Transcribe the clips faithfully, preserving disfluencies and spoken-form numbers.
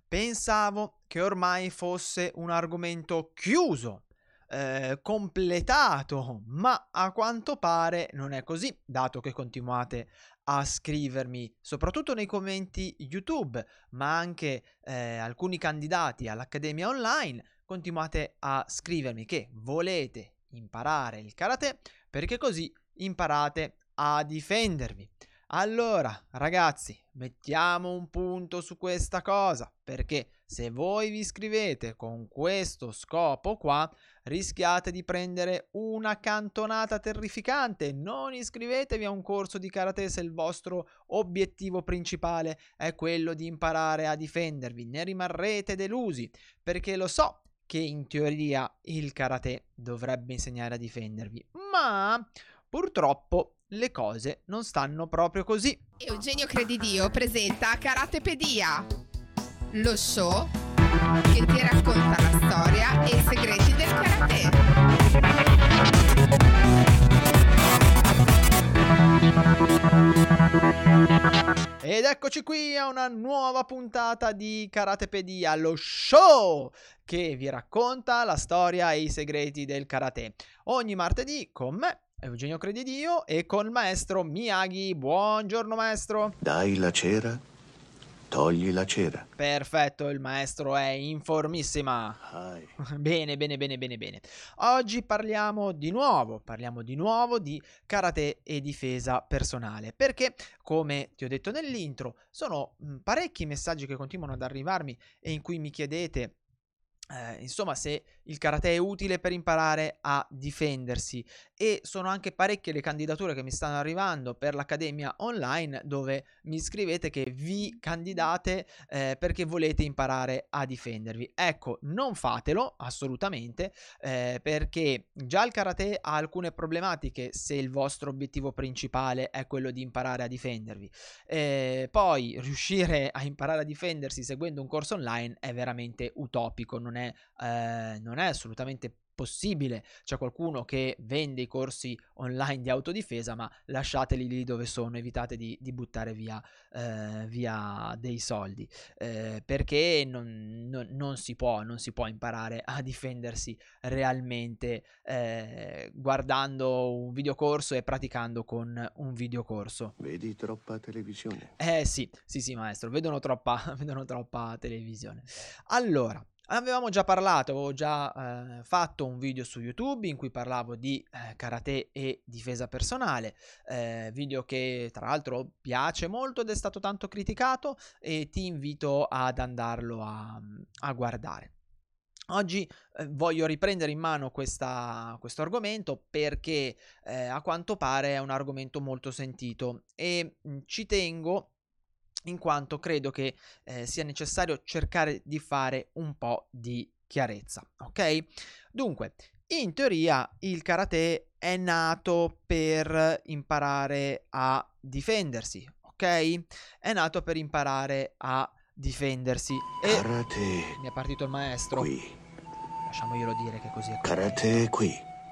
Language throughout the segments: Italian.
Pensavo che ormai fosse un argomento chiuso, eh, completato, ma a quanto pare non è così, dato che continuate a scrivermi, soprattutto nei commenti YouTube, ma anche eh, alcuni candidati all'Accademia Online, continuate a scrivermi che volete imparare il karate perché così imparate a difendervi. Allora, ragazzi, mettiamo un punto su questa cosa, perché se voi vi iscrivete con questo scopo qua, rischiate di prendere una cantonata terrificante. Non iscrivetevi a un corso di karate se il vostro obiettivo principale è quello di imparare a difendervi. Ne rimarrete delusi, perché lo so che in teoria il karate dovrebbe insegnare a difendervi, ma purtroppo le cose non stanno proprio così. Eugenio Credidio presenta Karatepedia, lo show che ti racconta la storia e i segreti del karate. Ed eccoci qui a una nuova puntata di Karatepedia, lo show che vi racconta la storia e i segreti del karate. Ogni martedì con me, Eugenio Credidio, e con il maestro Miyagi. Buongiorno maestro. Dai la cera, togli la cera. Perfetto, il maestro è in formissima. Hai. Bene, bene, bene, bene, bene. Oggi parliamo di nuovo, parliamo di nuovo di karate e difesa personale, perché, come ti ho detto nell'intro, sono mh, parecchi i messaggi che continuano ad arrivarmi e in cui mi chiedete Eh, insomma, se il karate è utile per imparare a difendersi, e sono anche parecchie le candidature che mi stanno arrivando per l'Accademia Online, dove mi scrivete che vi candidate eh, perché volete imparare a difendervi. Ecco, non fatelo assolutamente, eh, perché già il karate ha alcune problematiche se il vostro obiettivo principale è quello di imparare a difendervi. Eh, poi riuscire a imparare a difendersi seguendo un corso online è veramente utopico, non è, eh, non è assolutamente possibile. C'è qualcuno che vende i corsi online di autodifesa, ma lasciateli lì dove sono, evitate di, di buttare via, eh, via dei soldi, eh, perché non, non, non si può, non si può imparare a difendersi realmente eh, guardando un videocorso e praticando con un videocorso. Vedi troppa televisione. Eh sì, sì sì maestro, vedono troppa, vedono troppa televisione. Allora, avevamo già parlato, avevo già eh, fatto un video su YouTube in cui parlavo di eh, karate e difesa personale, eh, video che tra l'altro piace molto ed è stato tanto criticato, e ti invito ad andarlo a, a guardare. Oggi eh, voglio riprendere in mano questa, questo argomento perché eh, a quanto pare è un argomento molto sentito e mh, ci tengo in quanto credo che eh, sia necessario cercare di fare un po' di chiarezza, ok? Dunque, in teoria il karate è nato per imparare a difendersi, ok? È nato per imparare a difendersi. E Karate mi è partito il maestro. qui. Lasciamoglielo dire che così è. Karate qui.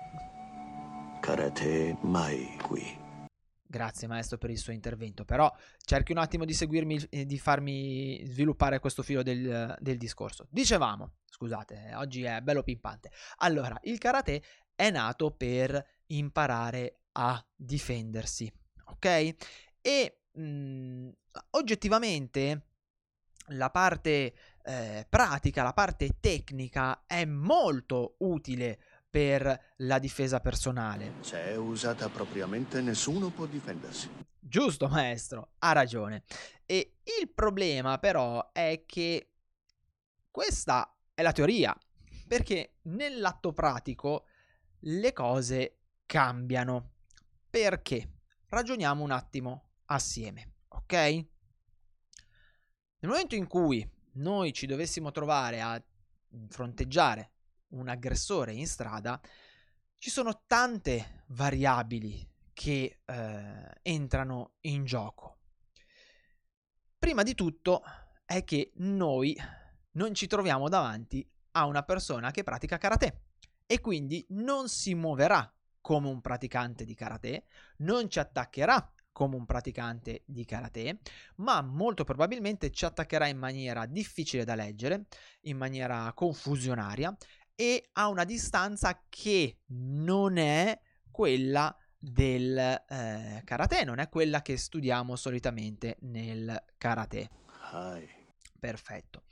Karate mai qui. Grazie maestro per il suo intervento, però cerchi un attimo di seguirmi e di farmi sviluppare questo filo del, del discorso. Dicevamo, scusate, oggi è bello pimpante. Allora, il karate è nato per imparare a difendersi, ok? E mh, oggettivamente la parte eh, pratica, la parte tecnica è molto utile per la difesa personale. Se è usata propriamente, nessuno può difendersi. Giusto, maestro, ha ragione. E il problema però è che questa è la teoria, perché nell'atto pratico le cose cambiano. Perché? Ragioniamo un attimo assieme, ok? Nel momento in cui noi ci dovessimo trovare a fronteggiare un aggressore in strada, ci sono tante variabili che eh, entrano in gioco. Prima di tutto è che noi non ci troviamo davanti a una persona che pratica karate e quindi non si muoverà come un praticante di karate, non ci attaccherà come un praticante di karate, ma molto probabilmente ci attaccherà in maniera difficile da leggere, in maniera confusionaria e a una distanza che non è quella del eh, karate, non è quella che studiamo solitamente nel karate. Hai. Perfetto.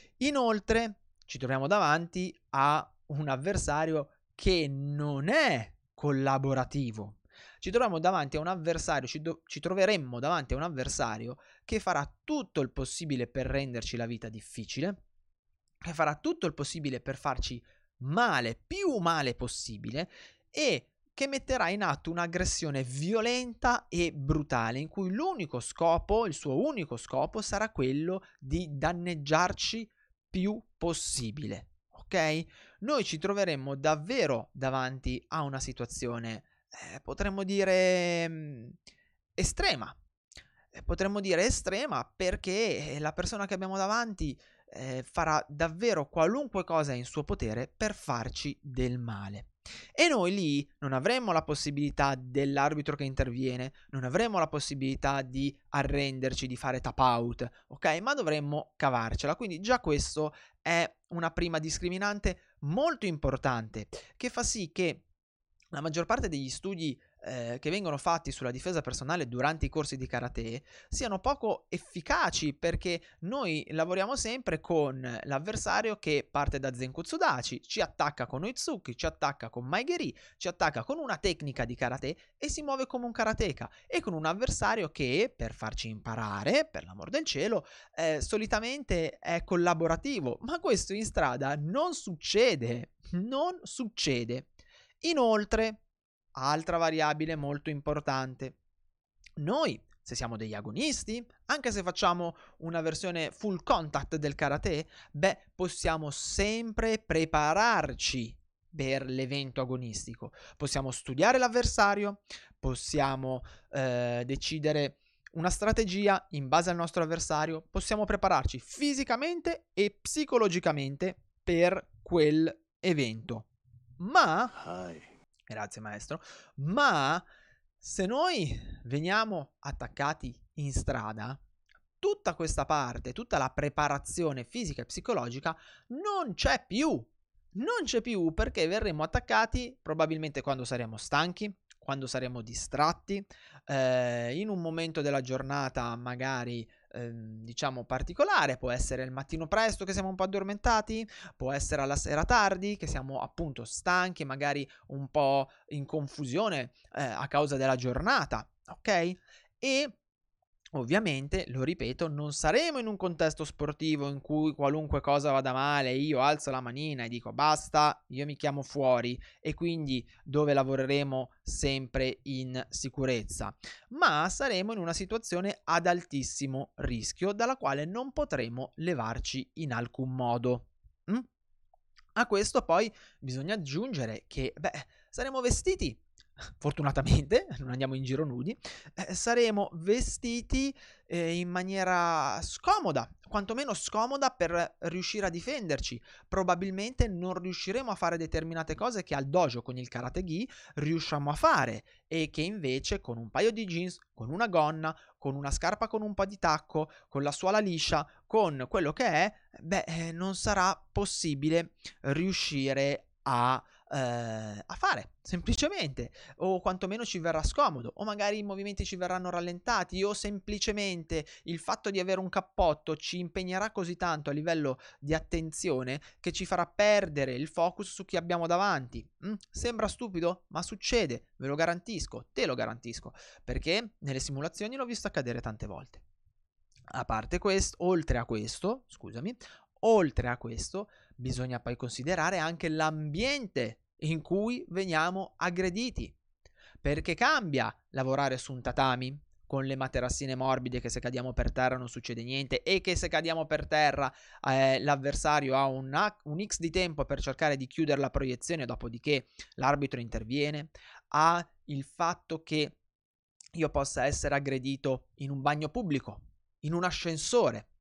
Inoltre ci troviamo davanti a un avversario che non è collaborativo. Ci troviamo davanti a un avversario, ci, do- ci troveremmo davanti a un avversario che farà tutto il possibile per renderci la vita difficile, che farà tutto il possibile per farci male, più male possibile, e che metterà in atto un'aggressione violenta e brutale, in cui l'unico scopo, il suo unico scopo, sarà quello di danneggiarci più possibile. Ok? Noi ci troveremmo davvero davanti a una situazione, eh, potremmo dire, mh, estrema. Eh, potremmo dire estrema perché la persona che abbiamo davanti eh, farà davvero qualunque cosa in suo potere per farci del male. E noi lì non avremmo la possibilità dell'arbitro che interviene, non avremmo la possibilità di arrenderci, di fare tap out, ok? Ma dovremmo cavarcela. Quindi già questo è una prima discriminante molto importante che fa sì che la maggior parte degli studi eh, che vengono fatti sulla difesa personale durante i corsi di karate siano poco efficaci, perché noi lavoriamo sempre con l'avversario che parte da Zenkutsudachi, ci attacca con Oitsuki, ci attacca con Maegeri, ci attacca con una tecnica di karate e si muove come un karateka, e con un avversario che, per farci imparare, per l'amor del cielo, eh, solitamente è collaborativo, ma questo in strada non succede, non succede. Inoltre, altra variabile molto importante, noi, se siamo degli agonisti, anche se facciamo una versione full contact del karate, beh, possiamo sempre prepararci per l'evento agonistico. Possiamo studiare l'avversario, possiamo eh, decidere una strategia in base al nostro avversario, possiamo prepararci fisicamente e psicologicamente per quel evento. Ma, Hai. grazie maestro, ma se noi veniamo attaccati in strada, tutta questa parte, tutta la preparazione fisica e psicologica non c'è più. Non c'è più perché verremo attaccati probabilmente quando saremo stanchi, quando saremo distratti, eh, in un momento della giornata magari ehm, diciamo particolare, può essere il mattino presto che siamo un po' addormentati, può essere alla sera tardi che siamo appunto stanchi, magari un po' in confusione eh, a causa della giornata, ok? E ovviamente, lo ripeto, non saremo in un contesto sportivo in cui qualunque cosa vada male, io alzo la manina e dico basta, io mi chiamo fuori, e quindi dove lavoreremo sempre in sicurezza, ma saremo in una situazione ad altissimo rischio dalla quale non potremo levarci in alcun modo. Mm? A questo poi bisogna aggiungere che, beh, saremo vestiti. Fortunatamente non andiamo in giro nudi, eh, saremo vestiti eh, in maniera scomoda, quantomeno scomoda per riuscire a difenderci. Probabilmente non riusciremo a fare determinate cose che al dojo con il karate gi riusciamo a fare, e che invece con un paio di jeans, con una gonna, con una scarpa con un po' di tacco, con la suola liscia, con quello che è, beh, eh, non sarà possibile riuscire a eh, a fare semplicemente, o quantomeno ci verrà scomodo, o magari i movimenti ci verranno rallentati, o semplicemente il fatto di avere un cappotto ci impegnerà così tanto a livello di attenzione che ci farà perdere il focus su chi abbiamo davanti. Mm? Sembra stupido, ma succede, ve lo garantisco, te lo garantisco, perché nelle simulazioni l'ho visto accadere tante volte. A parte questo, oltre a questo, scusami, oltre a questo, bisogna poi considerare anche l'ambiente in cui veniamo aggrediti, perché cambia lavorare su un tatami con le materassine morbide che se cadiamo per terra non succede niente, e che se cadiamo per terra eh, l'avversario ha un, un X di tempo per cercare di chiudere la proiezione, dopodiché l'arbitro interviene, ha il fatto che io possa essere aggredito in un bagno pubblico, in un ascensore,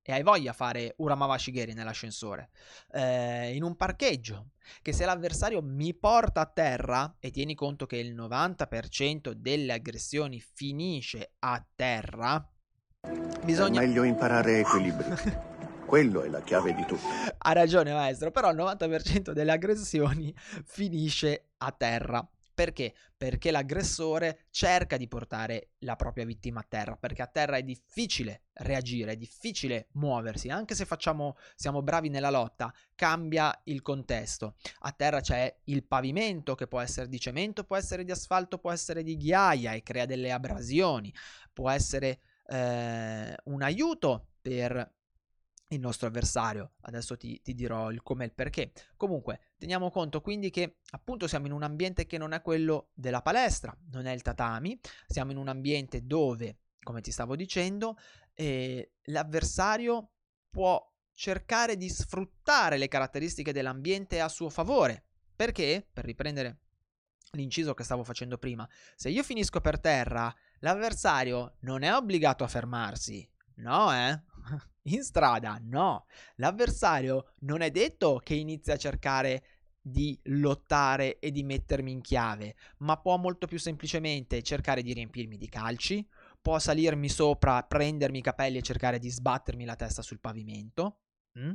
e hai voglia a fare Uramawa Shigeri nell'ascensore, eh, in un parcheggio, che se l'avversario mi porta a terra, e tieni conto che il novanta per cento delle aggressioni finisce a terra, bisogna... È meglio imparare equilibrio. Quello è la chiave di tutto. Ha ragione maestro, però il novanta per cento delle aggressioni finisce a terra. Perché? Perché l'aggressore cerca di portare la propria vittima a terra, perché a terra è difficile reagire, è difficile muoversi, anche se facciamo, siamo bravi nella lotta, cambia il contesto. A terra c'è il pavimento, che può essere di cemento, può essere di asfalto, può essere di ghiaia e crea delle abrasioni, può essere eh, un aiuto per il nostro avversario. Adesso ti, ti dirò il come e il perché. Comunque teniamo conto quindi che appunto siamo in un ambiente che non è quello della palestra, non è il tatami, siamo in un ambiente dove, come ti stavo dicendo, eh, l'avversario può cercare di sfruttare le caratteristiche dell'ambiente a suo favore. Perché? Per riprendere l'inciso che stavo facendo prima, se io finisco per terra, l'avversario non è obbligato a fermarsi. No, eh? In strada, no. L'avversario non è detto che inizi a cercare di lottare e di mettermi in chiave, ma può molto più semplicemente cercare di riempirmi di calci, può salirmi sopra, prendermi i capelli e cercare di sbattermi la testa sul pavimento, mm?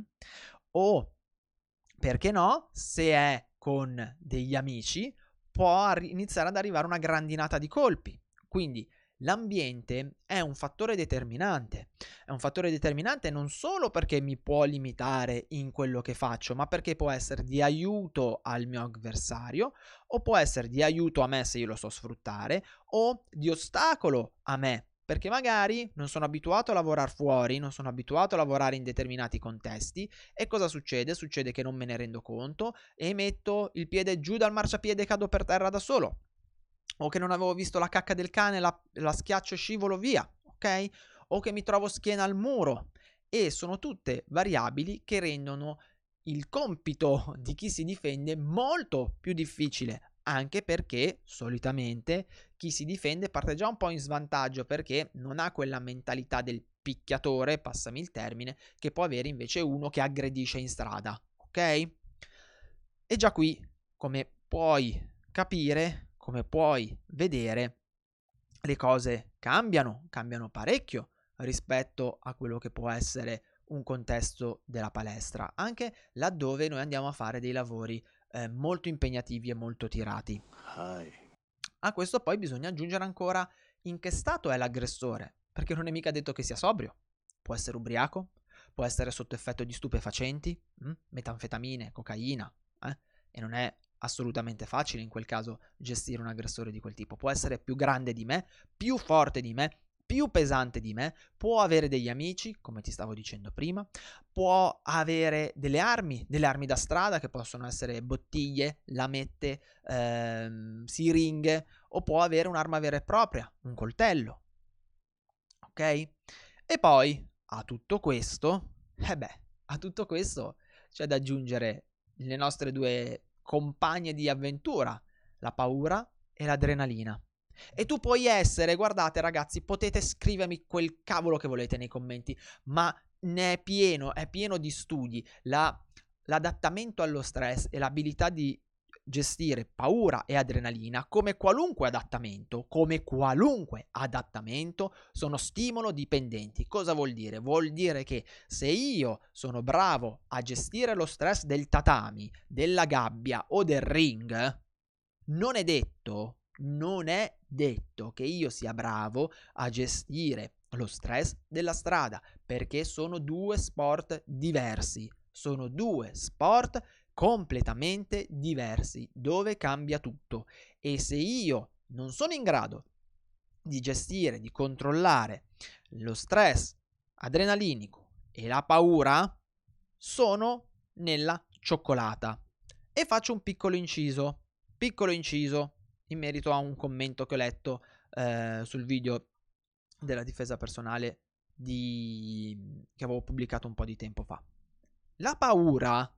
O, perché no, se è con degli amici, può arri- iniziare ad arrivare una grandinata di colpi. Quindi l'ambiente è un fattore determinante, è un fattore determinante non solo perché mi può limitare in quello che faccio, ma perché può essere di aiuto al mio avversario, o può essere di aiuto a me se io lo so sfruttare, o di ostacolo a me, perché magari non sono abituato a lavorare fuori, non sono abituato a lavorare in determinati contesti, e cosa succede? Succede che non me ne rendo conto e metto il piede giù dal marciapiede e cado per terra da solo. O che non avevo visto la cacca del cane, la, la schiaccio e scivolo via, ok? O che mi trovo schiena al muro. E sono tutte variabili che rendono il compito di chi si difende molto più difficile, anche perché solitamente chi si difende parte già un po' in svantaggio, perché non ha quella mentalità del picchiatore, passami il termine, che può avere invece uno che aggredisce in strada, ok? E già qui, come puoi capire, come puoi vedere, le cose cambiano, cambiano parecchio rispetto a quello che può essere un contesto della palestra, anche laddove noi andiamo a fare dei lavori eh, molto impegnativi e molto tirati. A questo poi bisogna aggiungere ancora in che stato è l'aggressore, perché non è mica detto che sia sobrio, può essere ubriaco, può essere sotto effetto di stupefacenti, hm? metanfetamine, cocaina, eh? e non è assolutamente facile in quel caso gestire un aggressore di quel tipo. Può essere più grande di me, più forte di me, più pesante di me, può avere degli amici, come ti stavo dicendo prima, può avere delle armi, delle armi da strada che possono essere bottiglie, lamette, ehm, siringhe, o può avere un'arma vera e propria, un coltello. Ok? E poi a tutto questo, eh beh, a tutto questo c'è da aggiungere le nostre due compagne di avventura, la paura e l'adrenalina. E tu puoi essere, guardate ragazzi, potete scrivermi quel cavolo che volete nei commenti, ma ne è pieno, è pieno di studi. La, l'adattamento allo stress e l'abilità di gestire paura e adrenalina, come qualunque adattamento, come qualunque adattamento, sono stimolo dipendenti. Cosa vuol dire? Vuol dire che se io sono bravo a gestire lo stress del tatami, della gabbia o del ring, non è detto, non è detto che io sia bravo a gestire lo stress della strada, perché sono due sport diversi, sono due sport completamente diversi, dove cambia tutto. E se io non sono in grado di gestire, di controllare lo stress adrenalinico e la paura, sono nella cioccolata. E faccio un piccolo inciso, piccolo inciso in merito a un commento che ho letto eh, sul video della difesa personale di... che avevo pubblicato un po' di tempo fa. La paura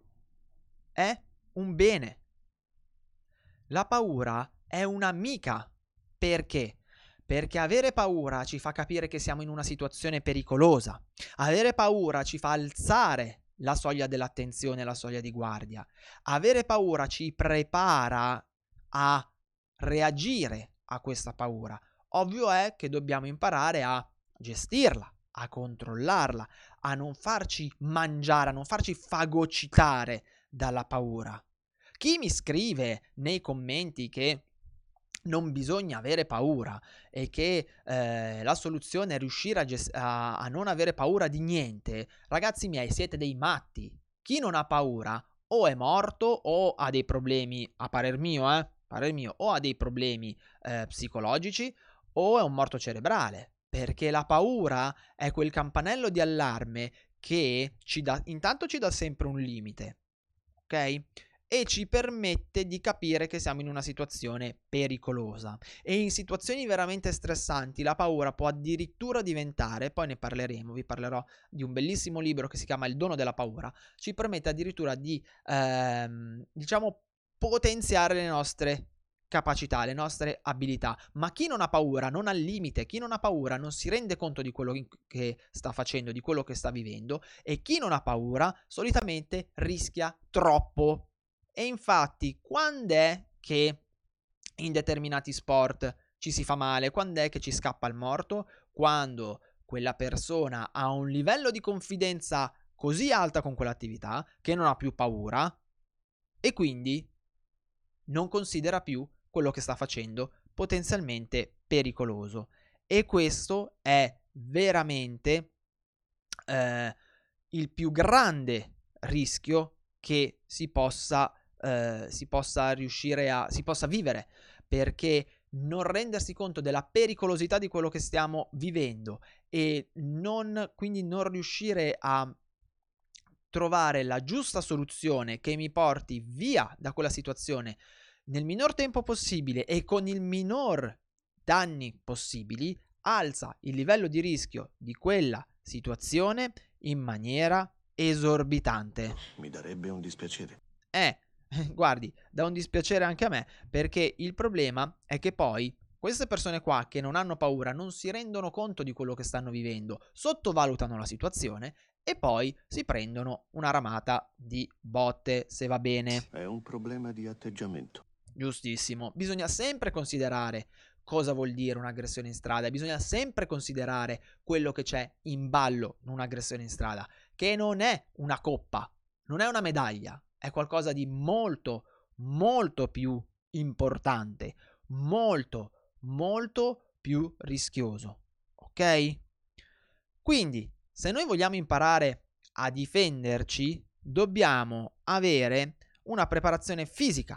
è un bene. La paura è un'amica. Perché? Perché avere paura ci fa capire che siamo in una situazione pericolosa. Avere paura ci fa alzare la soglia dell'attenzione, la soglia di guardia. Avere paura ci prepara a reagire a questa paura. Ovvio è che dobbiamo imparare a gestirla, a controllarla, a non farci mangiare, a non farci fagocitare dalla paura. Chi mi scrive nei commenti che non bisogna avere paura e che eh, la soluzione è riuscire a, gest- a, a non avere paura di niente, ragazzi miei, siete dei matti. Chi non ha paura o è morto o ha dei problemi, a parer mio, eh, parer mio, o ha dei problemi eh, psicologici o è un morto cerebrale, perché la paura è quel campanello di allarme che ci dà, intanto ci dà sempre un limite, ok? E ci permette di capire che siamo in una situazione pericolosa. E in situazioni veramente stressanti la paura può addirittura diventare, poi ne parleremo, vi parlerò di un bellissimo libro che si chiama Il dono della paura, ci permette addirittura di, ehm, diciamo, potenziare le nostre capacità, le nostre abilità. Ma chi non ha paura non ha limite, chi non ha paura non si rende conto di quello che sta facendo, di quello che sta vivendo, e chi non ha paura solitamente rischia troppo. E infatti, quando è che in determinati sport ci si fa male? Quando è che ci scappa il morto? Quando quella persona ha un livello di confidenza così alta con quell'attività che non ha più paura e quindi non considera più quello che sta facendo potenzialmente pericoloso. E questo è veramente eh, il più grande rischio che si possa Eh, si possa riuscire a si possa vivere, perché non rendersi conto della pericolosità di quello che stiamo vivendo e non quindi non riuscire a trovare la giusta soluzione che mi porti via da quella situazione nel minor tempo possibile e con il minor danni possibili, alza il livello di rischio di quella situazione in maniera esorbitante. Mi darebbe un dispiacere. Eh Guardi, dà un dispiacere anche a me, perché il problema è che poi queste persone qua che non hanno paura non si rendono conto di quello che stanno vivendo, sottovalutano la situazione e poi si prendono una ramata di botte, se va bene. È un problema di atteggiamento. Giustissimo, bisogna sempre considerare cosa vuol dire un'aggressione in strada, bisogna sempre considerare quello che c'è in ballo in un'aggressione in strada, che non è una coppa, non è una medaglia. È qualcosa di molto, molto più importante, molto, molto più rischioso, ok? Quindi, se noi vogliamo imparare a difenderci, dobbiamo avere una preparazione fisica,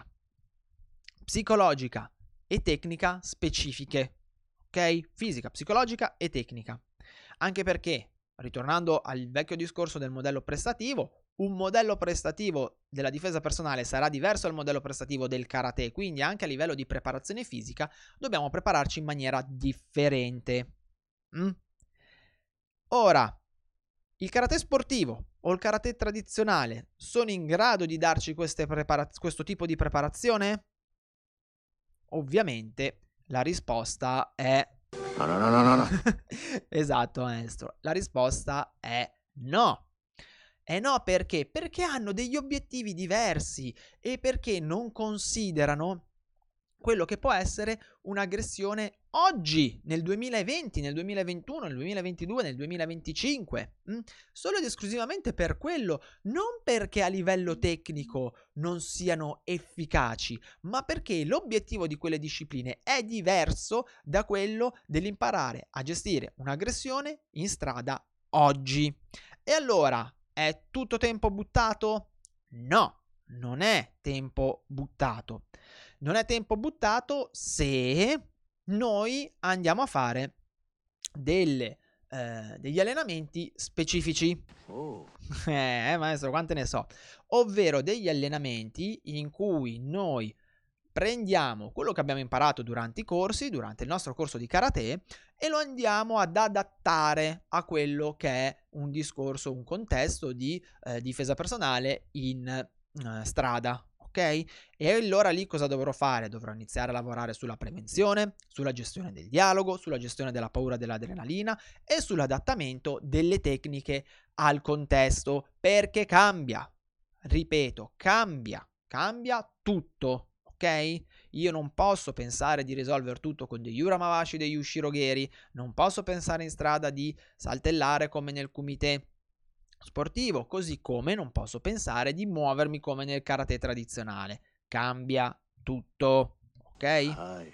psicologica e tecnica specifiche, ok? Fisica, psicologica e tecnica. Anche perché, ritornando al vecchio discorso del modello prestativo, un modello prestativo della difesa personale sarà diverso dal modello prestativo del karate, quindi anche a livello di preparazione fisica dobbiamo prepararci in maniera differente. Mm? Ora, il karate sportivo o il karate tradizionale sono in grado di darci queste prepara- questo tipo di preparazione? Ovviamente la risposta è No, no, no, no, no, no. esatto, maestro. La risposta è no. Eh no, perché? Perché hanno degli obiettivi diversi e perché non considerano quello che può essere un'aggressione oggi, nel duemilaventi, nel duemilaventuno, nel duemilaventidue, nel duemilaventicinque. Mh? Solo ed esclusivamente per quello, non perché a livello tecnico non siano efficaci, ma perché l'obiettivo di quelle discipline è diverso da quello dell'imparare a gestire un'aggressione in strada oggi. E allora, è tutto tempo buttato? No, non è tempo buttato. Non è tempo buttato se noi andiamo a fare delle, eh, degli allenamenti specifici. Oh. Eh, maestro, quante ne so. Ovvero degli allenamenti in cui noi prendiamo quello che abbiamo imparato durante i corsi, durante il nostro corso di karate, e lo andiamo ad adattare a quello che è un discorso, un contesto di eh, difesa personale in eh, strada. ok? E allora lì cosa dovrò fare? Dovrò iniziare a lavorare sulla prevenzione, sulla gestione del dialogo, sulla gestione della paura dell'adrenalina e sull'adattamento delle tecniche al contesto, perché cambia, ripeto, cambia, cambia tutto, ok? Io non posso pensare di risolvere tutto con degli Uramawashi, degli Ushirogeri, non posso pensare in strada di saltellare come nel kumite sportivo, così come non posso pensare di muovermi come nel karate tradizionale. Cambia tutto, ok?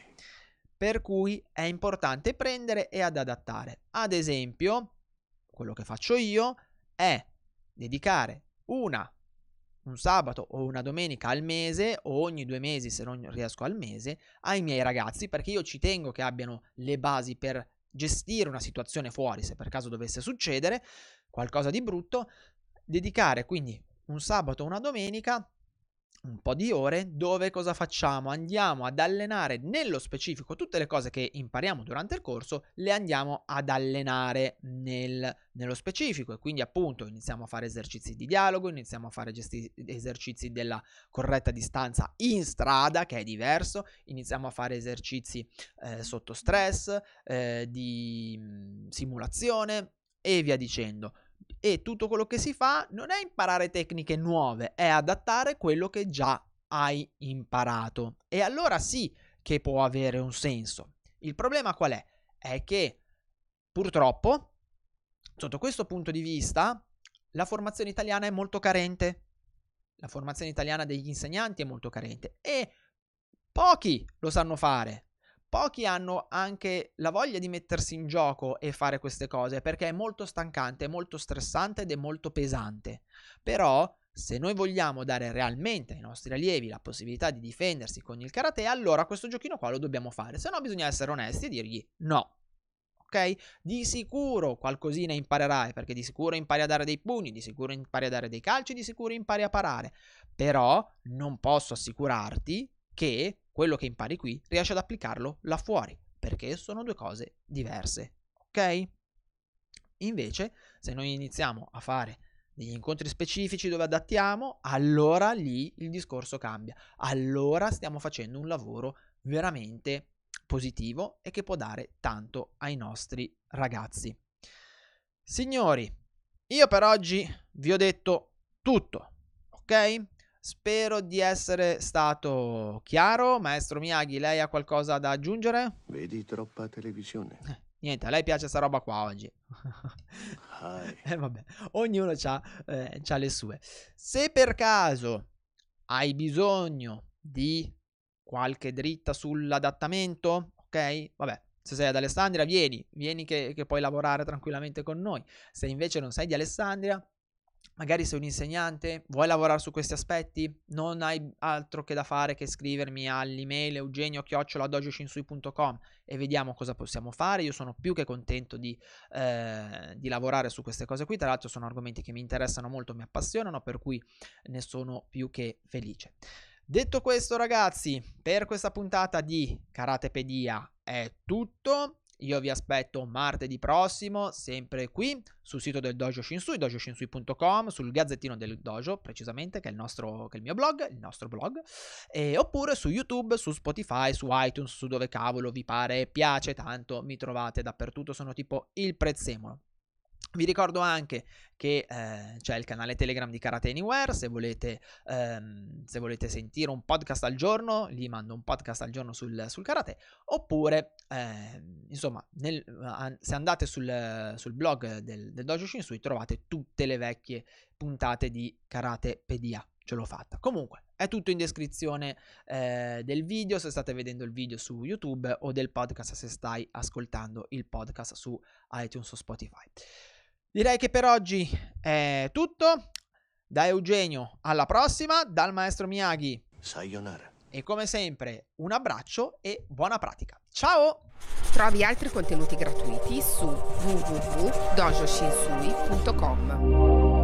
Per cui è importante prendere e ad adattare. Ad esempio, quello che faccio io è dedicare una un sabato o una domenica al mese, o ogni due mesi se non riesco al mese, ai miei ragazzi, perché io ci tengo che abbiano le basi per gestire una situazione fuori, se per caso dovesse succedere qualcosa di brutto. Dedicare quindi un sabato o una domenica un po' di ore dove cosa facciamo? Andiamo ad allenare nello specifico tutte le cose che impariamo durante il corso, le andiamo ad allenare nel, nello specifico, e quindi appunto iniziamo a fare esercizi di dialogo, iniziamo a fare gesti- esercizi della corretta distanza in strada, che è diverso, iniziamo a fare esercizi eh, sotto stress, eh, di mh, simulazione e via dicendo. E tutto quello che si fa non è imparare tecniche nuove, è adattare quello che già hai imparato. E allora sì che può avere un senso. Il problema qual è? È che purtroppo, sotto questo punto di vista, la formazione italiana è molto carente. La formazione italiana degli insegnanti è molto carente e pochi lo sanno fare. Pochi hanno anche la voglia di mettersi in gioco e fare queste cose, perché è molto stancante, è molto stressante ed è molto pesante. Però, se noi vogliamo dare realmente ai nostri allievi la possibilità di difendersi con il karate, allora questo giochino qua lo dobbiamo fare. Se no bisogna essere onesti e dirgli no. Ok? Di sicuro qualcosina imparerai, perché di sicuro impari a dare dei pugni, di sicuro impari a dare dei calci, di sicuro impari a parare. Però non posso assicurarti che quello che impari qui riesci ad applicarlo là fuori, perché sono due cose diverse, ok? Invece, se noi iniziamo a fare degli incontri specifici dove adattiamo, allora lì il discorso cambia. Allora stiamo facendo un lavoro veramente positivo e che può dare tanto ai nostri ragazzi. Signori, io per oggi vi ho detto tutto, ok? Spero di essere stato chiaro. Maestro Miyagi, lei ha qualcosa da aggiungere? Vedi troppa televisione. Eh, niente, a lei piace sta roba qua oggi. eh, vabbè, ognuno c'ha, eh, c'ha le sue. Se per caso hai bisogno di qualche dritta sull'adattamento, ok? Vabbè, se sei ad Alessandria, vieni, vieni che, che puoi lavorare tranquillamente con noi. Se invece non sei di Alessandria, magari sei un insegnante, vuoi lavorare su questi aspetti, non hai altro che da fare che scrivermi all'email eugenio chiocciola dojoshinsui punto com e vediamo cosa possiamo fare. Io sono più che contento di, eh, di lavorare su queste cose qui. Tra l'altro sono argomenti che mi interessano molto, mi appassionano, per cui ne sono più che felice. Detto questo, ragazzi, per questa puntata di Karatepedia è tutto. Io vi aspetto martedì prossimo, sempre qui, sul sito del Dojo Shinsui, dojoshinsui punto com, sul Gazzettino del Dojo, precisamente, che è il nostro, che è il mio blog, il nostro blog, e, oppure su YouTube, su Spotify, su iTunes, su dove cavolo vi pare e piace, tanto mi trovate dappertutto, sono tipo il prezzemolo. Vi ricordo anche che eh, c'è il canale Telegram di Karate Anywhere, se volete, ehm, se volete sentire un podcast al giorno, gli mando un podcast al giorno sul, sul karate, oppure, eh, insomma, nel, se andate sul, sul blog del, del Dojo Shinsui trovate tutte le vecchie puntate di Karatepedia, ce l'ho fatta. Comunque, è tutto in descrizione eh, del video, se state vedendo il video su YouTube, o del podcast se stai ascoltando il podcast su iTunes o Spotify. Direi che per oggi è tutto. Da Eugenio alla prossima, dal maestro Miyagi Sayonara. E come sempre un abbraccio e buona pratica. Ciao! Trovi altri contenuti gratuiti su w w w punto dojoshinsui punto com.